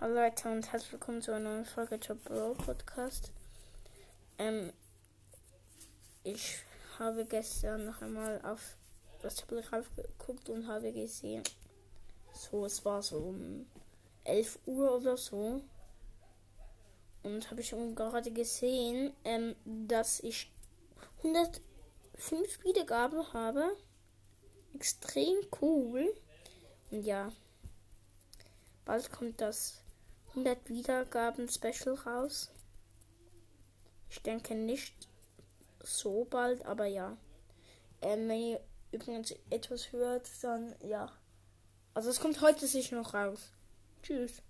Hallo Leute und herzlich willkommen zu einer neuen Folge Top Bro Podcast. Ich habe gestern noch einmal auf das Tablet geguckt und habe gesehen, es war so um 11 Uhr oder so. Und habe ich schon gerade gesehen, dass ich 105 Wiedergaben habe. Extrem cool. Und ja, bald kommt das 100 Wiedergaben Special raus. Ich denke nicht so bald, aber ja. Wenn ihr übrigens etwas hört, dann ja. Also es kommt heute sicher noch raus. Tschüss.